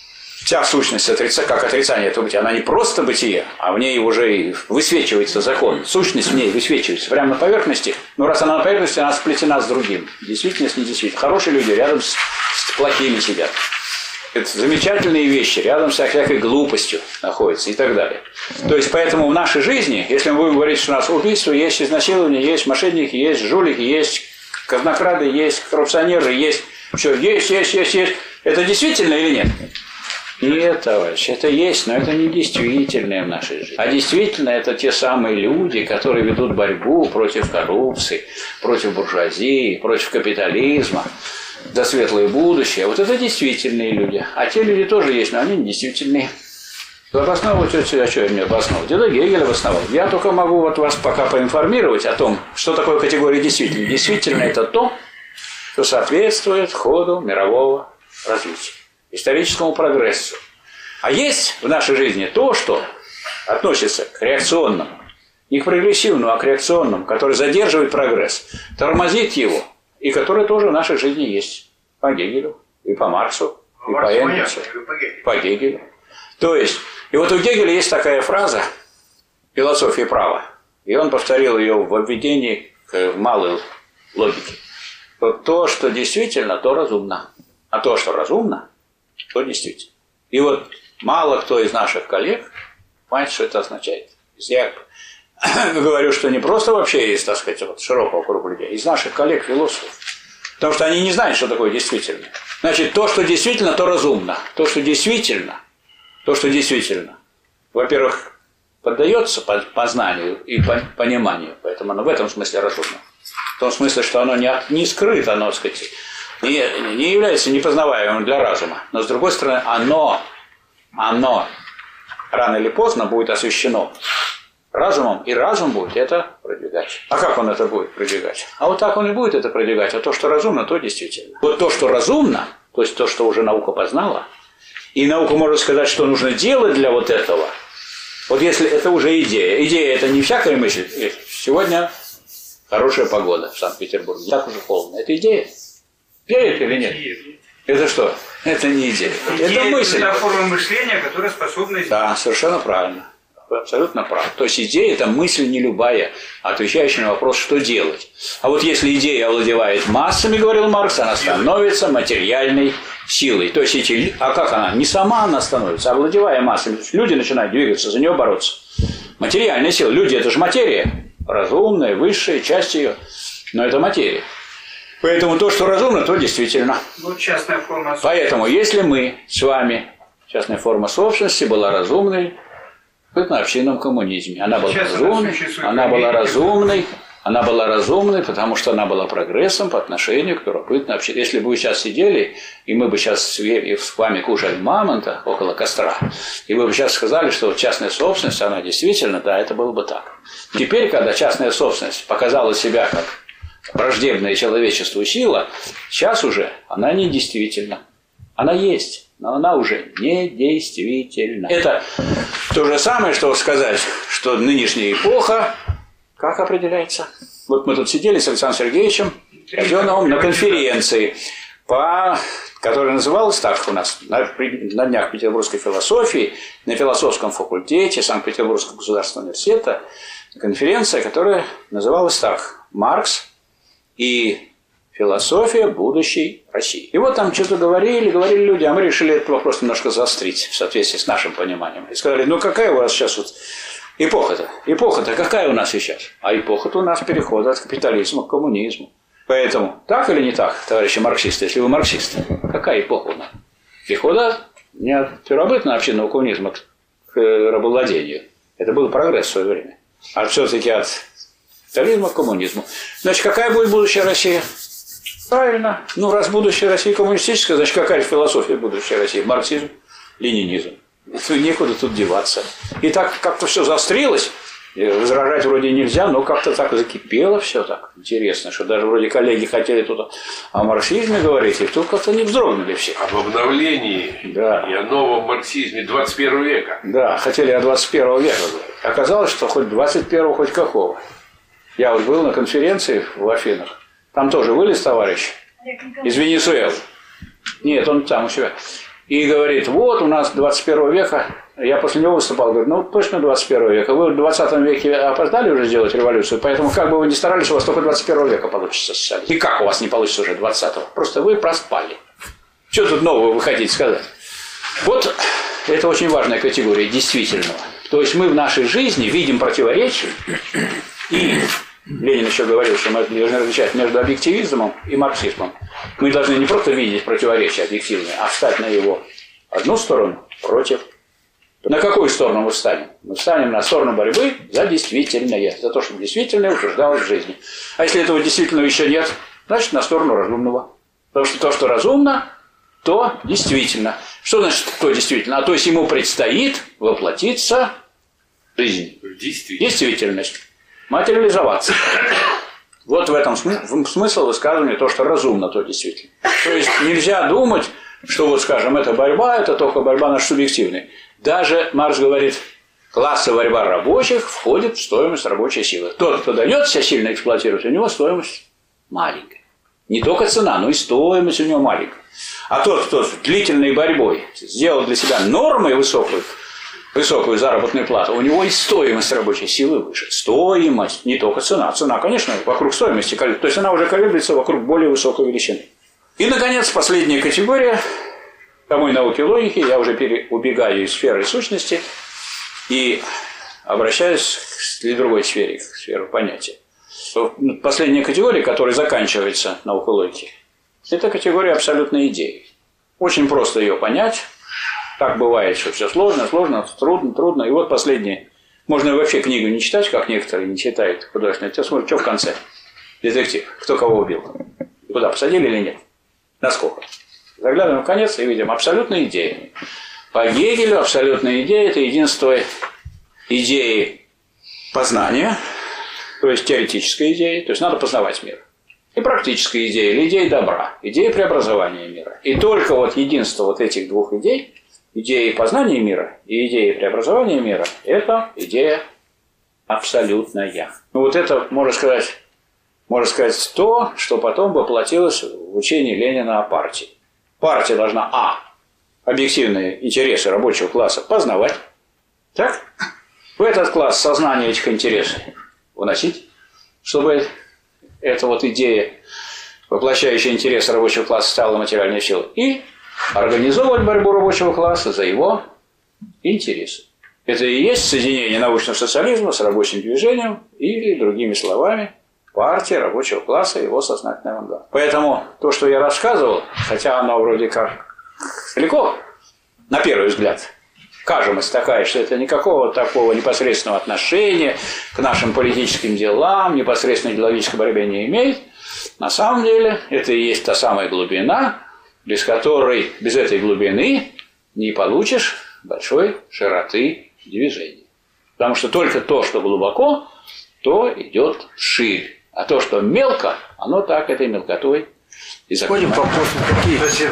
вся сущность, отрица, как отрицание этого бытия, она не просто бытие, а в ней уже и высвечивается закон. Сущность в ней высвечивается прямо на поверхности. Но раз она на поверхности, она сплетена с другим. Действительность, не действительность. Хорошие люди рядом с, с плохими сидят. Это замечательные вещи, рядом со всякой глупостью находятся и так далее. То есть, поэтому в нашей жизни, если мы будем говорить, что у нас убийство, есть изнасилование, есть мошенники, есть жулики, есть казнокрады, есть коррупционеры, есть все, есть, есть, есть, есть. Это действительно или нет? Нет, товарищ, это есть, но это не действительное в нашей жизни. А действительно, это те самые люди, которые ведут борьбу против коррупции, против буржуазии, против капитализма, за светлое будущее. Вот это действительные люди. А те люди тоже есть, но они не действительные. Обосновывать, а что я мне обосновывать? Это Гегель обосновал. Я только могу вот вас пока поинформировать о том, что такое категория действительно. Действительно это то, что соответствует ходу мирового развития, историческому прогрессу. А есть в нашей жизни то, что относится к реакционному, не к прогрессивному, а к реакционному, который задерживает прогресс, тормозит его, и который тоже в нашей жизни есть. По Гегелю, и по Марксу, и по Энгельсу, по Гегелю. То есть, и вот у Гегеля есть такая фраза «философия права», и он повторил ее в введении к малой логике. То, что действительно, то разумно. А то, что разумно, то действительно. И вот мало кто из наших коллег понимает, что это означает. Я говорю, что не просто вообще из, так сказать, вот широкого круга людей, из наших коллег-философов. Потому что они не знают, что такое действительно. Значит, то, что действительно, то разумно. То, что действительно, то, что действительно. Во-первых, поддается познанию и пониманию, поэтому оно в этом смысле разумно. В том смысле, что оно не, не скрыто, оно, так сказать, не, не является непознаваемым для разума. Но, с другой стороны, оно, оно рано или поздно будет освящено разумом, и разум будет это продвигать. А как он это будет продвигать? А вот так он и будет это продвигать. А то, что разумно, то действительно. Вот то, что разумно, то есть то, что уже наука познала, и наука может сказать, что нужно делать для вот этого. Вот если это уже идея. Идея – это не всякая мысль. Сегодня хорошая погода в Санкт-Петербурге. Не так уже холодно. Это идея? Идея это или нет? Это что? Это не идея. Идея это мысль. Это форма мышления, которая способна... Да, совершенно правильно. Вы абсолютно правы. То есть идея – это мысль не любая, отвечающая на вопрос, что делать. А вот если идея овладевает массами, говорил Маркс, она становится материальной силой. То есть эти... А как она? Не сама она становится, а овладевая массами. Люди начинают двигаться, за нее бороться. Материальная сила. Люди – это же материя. Разумная, высшая часть ее. Но это материя. Поэтому то, что разумно, то действительно. Вот частная форма собственности. Поэтому, если мы с вами, частная форма собственности была разумной, на общинном коммунизме. Она была Сейчас разумной, она была разумной, она была разумной, потому что она была прогрессом по отношению к первобытной общине. Если бы вы сейчас сидели, и мы бы сейчас с вами кушали мамонта около костра, и вы бы сейчас сказали, что частная собственность, она действительно, да, это было бы так. Теперь, когда частная собственность показала себя как враждебная человечеству сила, сейчас уже она не действительна. Она есть. Но она уже не действительна. Это то же самое, что сказать, что нынешняя эпоха, как определяется? Вот мы тут сидели с Александром Сергеевичем Казеновым на конференции, по, которая называлась так у нас, на, на днях петербургской философии, на философском факультете Санкт-Петербургского государственного университета, конференция, которая называлась так: «Маркс и философия будущей России». И вот там что-то говорили, говорили люди, а мы решили этот вопрос немножко заострить в соответствии с нашим пониманием. И сказали, ну какая у вас сейчас вот эпоха-то? Эпоха-то какая у нас сейчас? А эпоха-то у нас перехода от капитализма к коммунизму. Поэтому, так или не так, товарищи марксисты, если вы марксисты, какая эпоха у нас? Перехода не от первобытного общинного коммунизма к рабовладению. Это был прогресс в свое время. А все-таки от капитализма к коммунизму. Значит, какая будет будущая Россия? Правильно. Ну, раз будущее России коммунистическое, значит, какая философия будущей России? Марксизм, ленинизм. Некуда тут деваться. И так как-то все заострилось, возражать вроде нельзя, но как-то так закипело все так. Интересно, что даже вроде коллеги хотели тут о марксизме говорить, и тут как-то не вздрогнули все. Об обновлении, да, и о новом марксизме двадцать первого века. Да, хотели о двадцать первого века говорить. Оказалось, что хоть двадцать первого, хоть какого. Я вот был на конференции в Афинах. Там тоже вылез товарищ из Венесуэлы. Нет, он там у себя. и говорит, вот у нас двадцать первого века, я после него выступал, говорю, ну точно двадцать первого века, вы в двадцатом веке опоздали уже сделать революцию, поэтому как бы вы ни старались, у вас только двадцать первого века получится социализм. И как у вас не получится уже двадцатого? Просто вы проспали. Что тут нового вы хотите сказать? Вот это очень важная категория действительного. То есть мы в нашей жизни видим противоречия, и Ленин еще говорил, что мы должны различать между объективизмом и марксизмом. Мы должны не просто видеть противоречия объективные, а встать на его одну сторону против. На какую сторону мы встанем? Мы встанем на сторону борьбы за действительное, за то, чтобы действительное утверждалось в жизни. А если этого действительного еще нет, значит на сторону разумного. Потому что то, что разумно, то действительно. Что значит то действительно? А то есть ему предстоит воплотиться в жизнь. Действительность. Материализоваться. Вот в этом смысл высказывания, то, что разумно, то действительно. То есть нельзя думать, что вот, скажем, это борьба, это только борьба наша субъективная. Даже Маркс говорит, классовая борьба рабочих входит в стоимость рабочей силы. Тот, кто дает себя сильно эксплуатировать, у него стоимость маленькая. Не только цена, но и стоимость у него маленькая. А тот, кто с длительной борьбой сделал для себя нормой высокую, высокую заработную плату, у него и стоимость рабочей силы выше. Стоимость, не только цена. Цена, конечно, вокруг стоимости, то есть она уже колеблется вокруг более высокой величины. И, наконец, последняя категория самой науки логики. Я уже пере... убегаю из сферы сущности и обращаюсь к другой сфере, к сфере понятия. Последняя категория, которой заканчивается наука логики, это категория абсолютной идеи. Очень просто ее понять. Так бывает, что все сложно, сложно, трудно, трудно. И вот последнее. Можно вообще книгу не читать, как некоторые не читают художественные. Тебя смотрят, что в конце. Детектив. Кто кого убил. Куда, посадили или нет? Насколько? Заглядываем в конец и видим абсолютные идеи. По Гегелю абсолютная идея – это единство идеи познания, то есть теоретической идеи, то есть надо познавать мир. И практической идеи, или идеи добра, идеи преобразования мира. И только вот единство вот этих двух идей, идеи познания мира и идеи преобразования мира, это идея абсолютная. Ну вот это, можно сказать, можно сказать то, что потом воплотилось в учении Ленина о партии. Партия должна, а, объективные интересы рабочего класса познавать, так? В этот класс сознание этих интересов вносить, чтобы эта вот идея, воплощающая интересы рабочего класса, стала материальной силой, и организовывать борьбу рабочего класса за его интересы. Это и есть соединение научного социализма с рабочим движением, или, другими словами, партия рабочего класса и его сознательный авангард. Поэтому то, что я рассказывал, хотя оно вроде как далеко, на первый взгляд, кажемость такая, что это никакого такого непосредственного отношения к нашим политическим делам, непосредственной идеологической борьбе не имеет, на самом деле это и есть та самая глубина, без которой, без этой глубины не получишь большой широты движения. Потому что только то, что глубоко, то идет вширь. А то, что мелко, оно так этой мелкотой и заходим. Вопросы какие? Спасибо.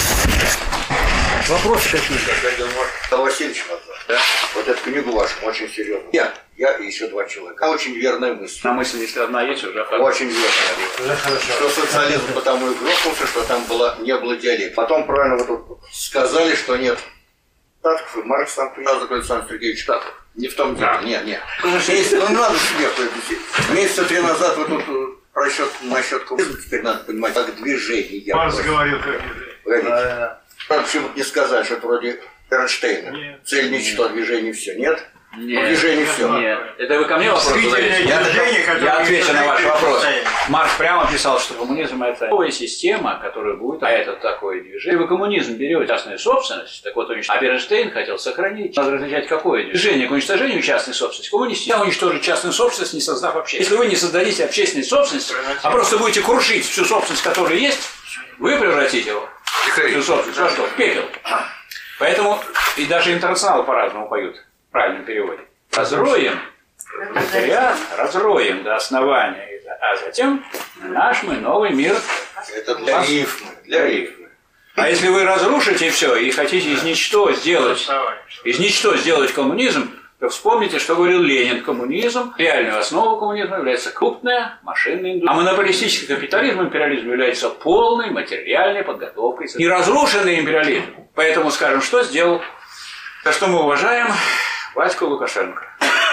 Вопросы какие-то? Васильевич, да? Вот эту книгу вашу очень серьезно. Я, я и еще два человека. Очень верная мысль. На мысль, если одна есть, уже очень верная. Что социализм потому и грохнулся, что там было, не было диалектики. Потом правильно вы тут сказали, что нет. Татков и Маркс там принял закон Александр Сергеевич Татков. Не в том деле, да. нет, нет. Месяц, ну надо себе пообъяснить. Месяца три назад вы тут расчет насчет коммунизма, теперь надо понимать, как движение. Маркс говорил, как движение. Почему-то не сказать, что это вроде Бернштейна. Нет. Цель ничто, движение все. Нет? Нет. Движение все. Нет. Это вы ко мне вопрос задаете? Я, я отвечу на ваш вопрос. Маркс прямо писал, что коммунизм – это новая система, которая будет, а это такое движение. Вы коммунизм берете частную собственность, так вот, а Бернштейн хотел сохранить. Надо различать какое движение к уничтожению частной собственности. Коммунисты не уничтожат частную собственность, не создав общественность. Если вы не создадите общественную собственность, а просто будете крушить всю собственность, которая есть, вы превратите его всю собственность, а что, в пепел. Поэтому и даже интернационалы по-разному поют. В правильном переводе. Разроем пролетариат, разроем до основания, а затем наш мы новый мир. Это для рифмы. Для рифмы. А если вы разрушите все и хотите из ничто сделать, из ничто сделать коммунизм, Вспомните, что говорил Ленин. Коммунизм, реальной основой коммунизма является крупная машинная индустрия. А монополистический капитализм, империализм является полной материальной подготовкой. Не разрушенный империализм. Поэтому скажем, что сделал, за что мы уважаем Ваську Лукашенко.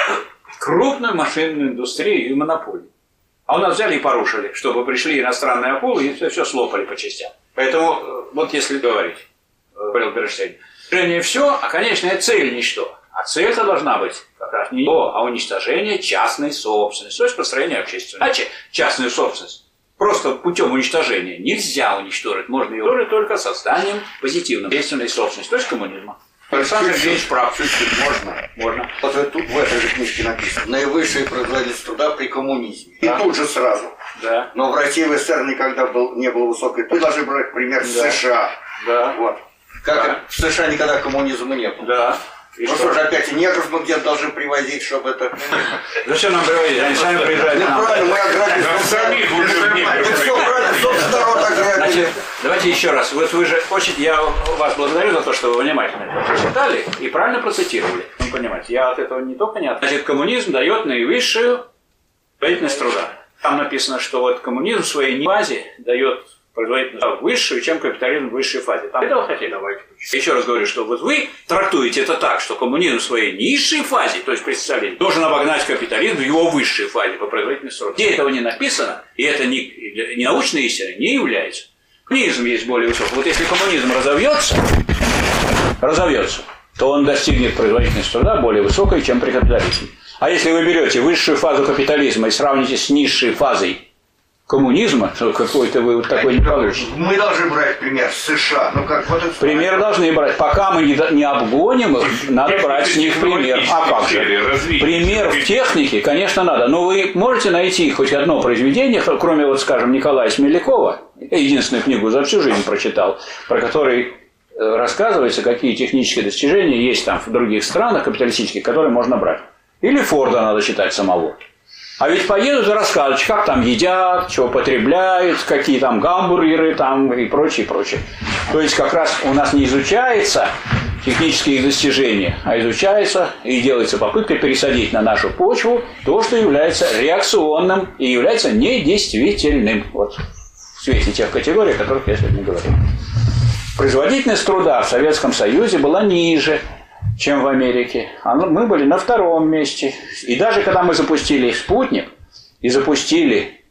Крупную машинную индустрию и монополию. А у нас взяли и порушили, чтобы пришли иностранные акулы и все слопали по частям. Поэтому, вот если говорить, говорил Бернштейн, движение все, а конечная цель ничто. А цель-то должна быть как раз не то, а уничтожение частной собственности, то есть построение общественной. Иначе частную собственность просто путем уничтожения нельзя уничтожить. Можно ее уничтожить только созданием позитивной общественной собственности, то есть коммунизма. Александр Сергеевич прав. Чуть-чуть можно? Можно. Вот тут в этой же книжке написано. Наивысшая производительность труда при коммунизме. И да. Тут же сразу. Да. Но в России, в СССР никогда был, не было высокой. Вы должны брать пример да. США. Да. Вот. Как да. в США никогда коммунизма не было. Да. И ну что же, опять и негров мы где-то должны привозить, чтобы это... Зачем нам привозить? Они сами приезжают. Неправильно, мы ограбили. Нам самих уже негров. Все правильно, собственно, народ ограбили. Значит, давайте еще раз. Вот вы же очень... Я вас благодарю за то, что вы внимательно это прочитали и правильно процитировали. Вы понимаете, я от этого не только не от... Значит, коммунизм дает наивысшую производительность труда. Там написано, что вот коммунизм в своей фазе дает производительность высшую, чем капитализм в высшей фазе. Там этого хотели? Давайте. Еще раз говорю, что вот вы трактуете это так, что коммунизм в своей низшей фазе, то есть при социализме, должен обогнать капитализм в его высшей фазе по производительности труда. Где этого не написано, и это не, не научной истиной не является. Коммунизм есть более высокий. Вот если коммунизм разовьется, разовьется, то он достигнет производительности труда более высокой, чем при капитализме. А если вы берете высшую фазу капитализма и сравните с низшей фазой коммунизма, то какой-то вы вот такой не получите. Мы должны брать пример США. Ну как вот это... Пример должны брать. Пока мы не, не обгоним, надо брать с них пример. А как же? Пример в технике, конечно, надо. Но вы можете найти хоть одно произведение, кроме, вот, скажем, Николая Смелякова, я единственную книгу за всю жизнь прочитал, про который рассказывается, какие технические достижения есть там в других странах капиталистических, которые можно брать. Или Форда надо читать самого. А ведь поедут и расскажут, как там едят, что потребляют, какие там гамбургеры там и прочее, прочее. То есть как раз у нас не изучается технические их достижения, а изучается и делается попытка пересадить на нашу почву то, что является реакционным и является недействительным. Вот в свете тех категорий, о которых я сегодня говорил. Производительность труда в Советском Союзе была ниже, чем в Америке. А мы были на втором месте. И даже когда мы запустили спутник, и запустили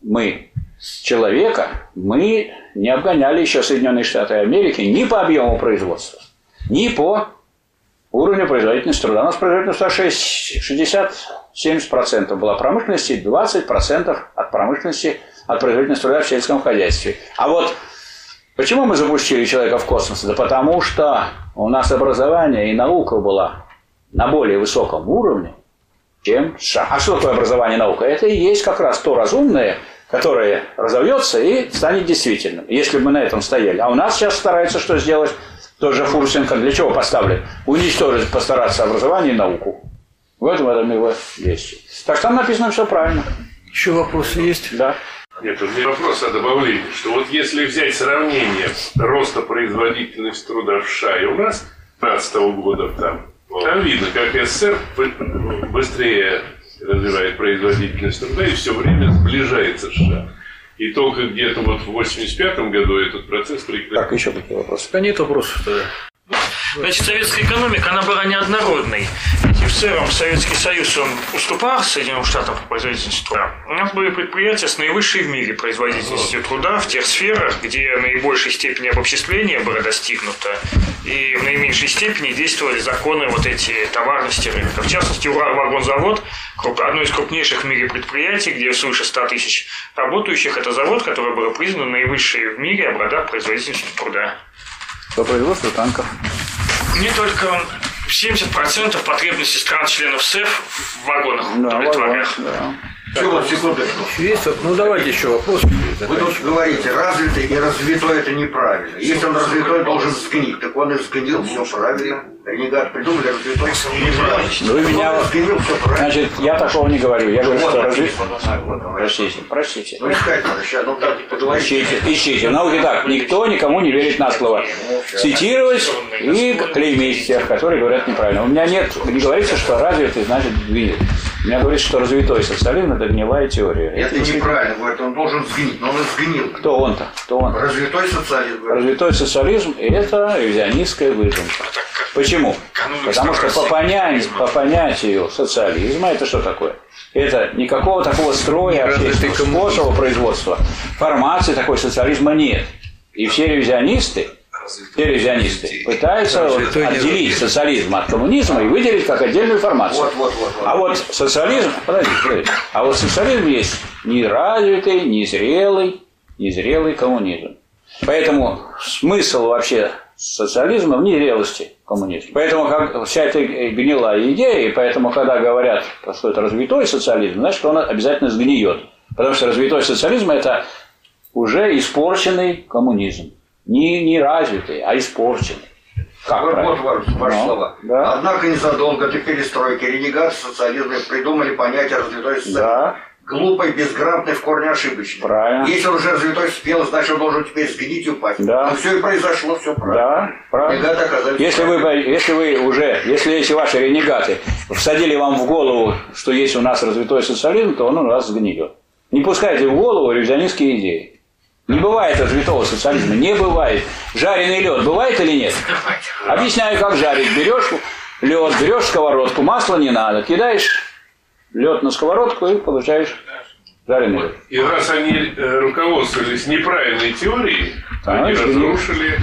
мы человека, мы не обгоняли еще Соединенные Штаты Америки ни по объему производства, ни по уровню производительности труда. У нас производительность труда шестьдесят-семьдесят процентов была промышленности, двадцать процентов от промышленности, от производительности труда в сельском хозяйстве. А вот почему мы запустили человека в космос? Да потому что у нас образование и наука была на более высоком уровне, чем США. А что такое образование и наука? Это и есть как раз то разумное, которое разовьется и станет действительным, если бы мы на этом стояли. А у нас сейчас стараются что сделать? Тот же Фурсенко для чего поставлен? Уничтожить, постараться образование и науку. В этом этом его есть. Так что там написано все правильно. Еще вопросы есть? Да. Нет, у меня вопрос о добавлении, что вот если взять сравнение роста производительности труда в США и у нас пятнадцатого года там, там видно, как СССР быстрее развивает производительность труда и все время сближается с США. И только где-то вот в восемьдесят пятом году этот процесс прекратился. Так, еще какие вопросы? Да нет вопросов тогда. Значит, советская экономика, она была неоднородной. Ведь в целом Советский Союз, он уступал Соединенным Штатам по производительности труда. У нас были предприятия с наивысшей в мире производительностью труда в тех сферах, где наибольшей степени обобществления было достигнуто, и в наименьшей степени действовали законы вот эти товарности рынка. В частности, Уралвагонзавод, одно из крупнейших в мире предприятий, где свыше ста тысяч работающих, это завод, который был признан наивысшей в мире, обладает производительностью труда. По производству танков. Не только семьдесят процентов потребностей стран-членов СЭФ в вагонах Да, удовлетворяют. да. Чего, секундочку. Есть? Ну давайте еще вопросы. Вы тут говорите, развитый и развитой это неправильно. Если он развитой, должен сгнить. Так он и сгнил, все правильно. Ренегат придумали, развитой неправильно. Вы меня... Сгнил, все правильно. Значит, я такого не говорю. Я говорю, Вот, что вот, разви... вот, вот, вот, вот. Простите, простите. Ну, искать надо сейчас, ну так поговорить. Ищите, ищите. Ну, итак, никто никому не верит на слово. Цитировать и клеймить тех, которые говорят неправильно. У меня нет, не говорится, что развитый значит гниль. У меня говорится, что развитой социализм – это гнилая теория. Это неправильно, говорит, он должен сгнить, но он и сгнил. Кто он-то? Кто он? Развитой социализм. Говорит. Развитой социализм – это ревизионистская выдумка. Почему? Потому что по понятию, по понятию социализма это что такое? Это никакого такого строя, общественного способа производства, формации такой социализма нет. И все ревизионисты, все ревизионисты пытаются вот отделить социализм от коммунизма и выделить как отдельную формацию. Вот, вот, вот, вот. А А вот социализм, подожди, подожди, а вот социализм есть неразвитый, незрелый, незрелый коммунизм. Поэтому смысл вообще социализма в незрелости коммунизма. Поэтому как вся эта гнилая идея, и поэтому, когда говорят, что это развитой социализм, значит, он обязательно сгниет. Потому что развитой социализм – это уже испорченный коммунизм. Не, не развитый, а испорченный. Как вот, правильно? вот ваши, ваши Ну, слова. да. Однако незадолго до перестройки ренегаты социализма придумали понятие развитой социализм. Да. Глупый, безграмотный, в корне ошибочный. Правильно. Если он уже развитой спел, значит, он должен теперь сгнить и упасть. Да. Но все и произошло, все правильно. Да, правильно. Ренегаты оказались Если вы, правильными. если вы уже, если эти ваши ренегаты всадили вам в голову, что есть у нас развитой социализм, то он у вас сгниет. Не пускайте в голову ревизионистские идеи. Не бывает развитого социализма, не бывает. Жареный лед бывает или нет? Объясняю, как жарить. Берешь лед, берешь сковородку, масла не надо, кидаешь лед на сковородку и получаешь жареный лед. И раз они э, руководствовались неправильной теорией, они Конечно, разрушили.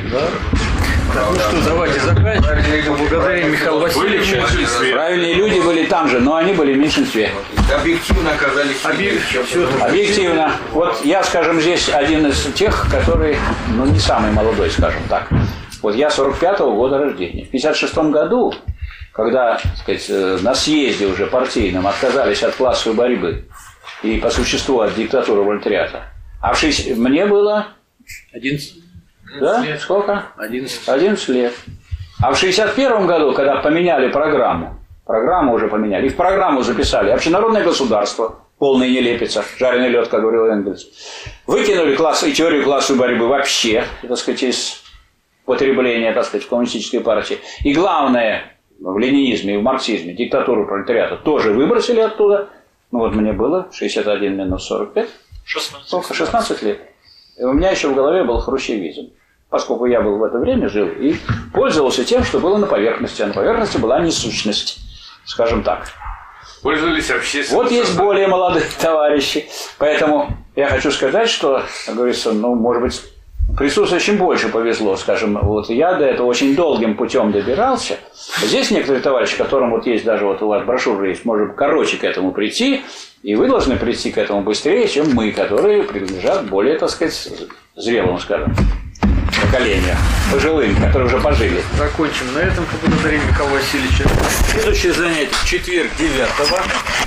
Ну что, давайте заканчивать. Поблагодарим Михаила Были в Васильевича. меньшинстве. Правильные люди были там же, но они были в меньшинстве. Объективно оказались сильнее, чем Всё-таки. Объективно. Вот я, скажем, здесь один из тех, который, ну, не самый молодой, скажем так. Вот я сорок пятого года рождения. В пятьдесят шестом году, когда, так сказать, э, на съезде уже партийном отказались от классовой борьбы и по существу от диктатуры пролетариата, а в шесть... мне было... Одиннадцать. Да? Сколько? Одиннадцать. одиннадцать лет. А в шестьдесят первом году, когда поменяли программу, программу уже поменяли, и в программу записали общенародное государство, полная нелепица, жареный лед, как говорил Энгельс, выкинули класс, и теорию классовой борьбы вообще, так сказать, из потребления, так сказать, в коммунистической партии. И главное, в ленинизме и в марксизме, диктатуру пролетариата тоже выбросили оттуда. Ну вот мне было шестьдесят один минус сорок пять. шестнадцать. Сколько? шестнадцать лет. И у меня еще в голове был хрущевизм. Поскольку я был в это время, жил и пользовался тем, что было на поверхности. А на поверхности была несущность, скажем так. Пользовались общественным. Вот есть сознанием. более молодые товарищи. Поэтому я хочу сказать, что, как говорится, ну, может быть, присутствующим больше повезло, скажем. Вот я до этого очень долгим путем добирался. Здесь некоторые товарищи, которым вот есть даже вот у вас брошюра есть, может короче к этому прийти, и вы должны прийти к этому быстрее, чем мы, которые принадлежат более, так сказать, зрелым, скажем, поколениям, пожилым, которые уже пожили. Закончим на этом. Поблагодарим Михаила Васильевича. Следующее занятие в четверг девятого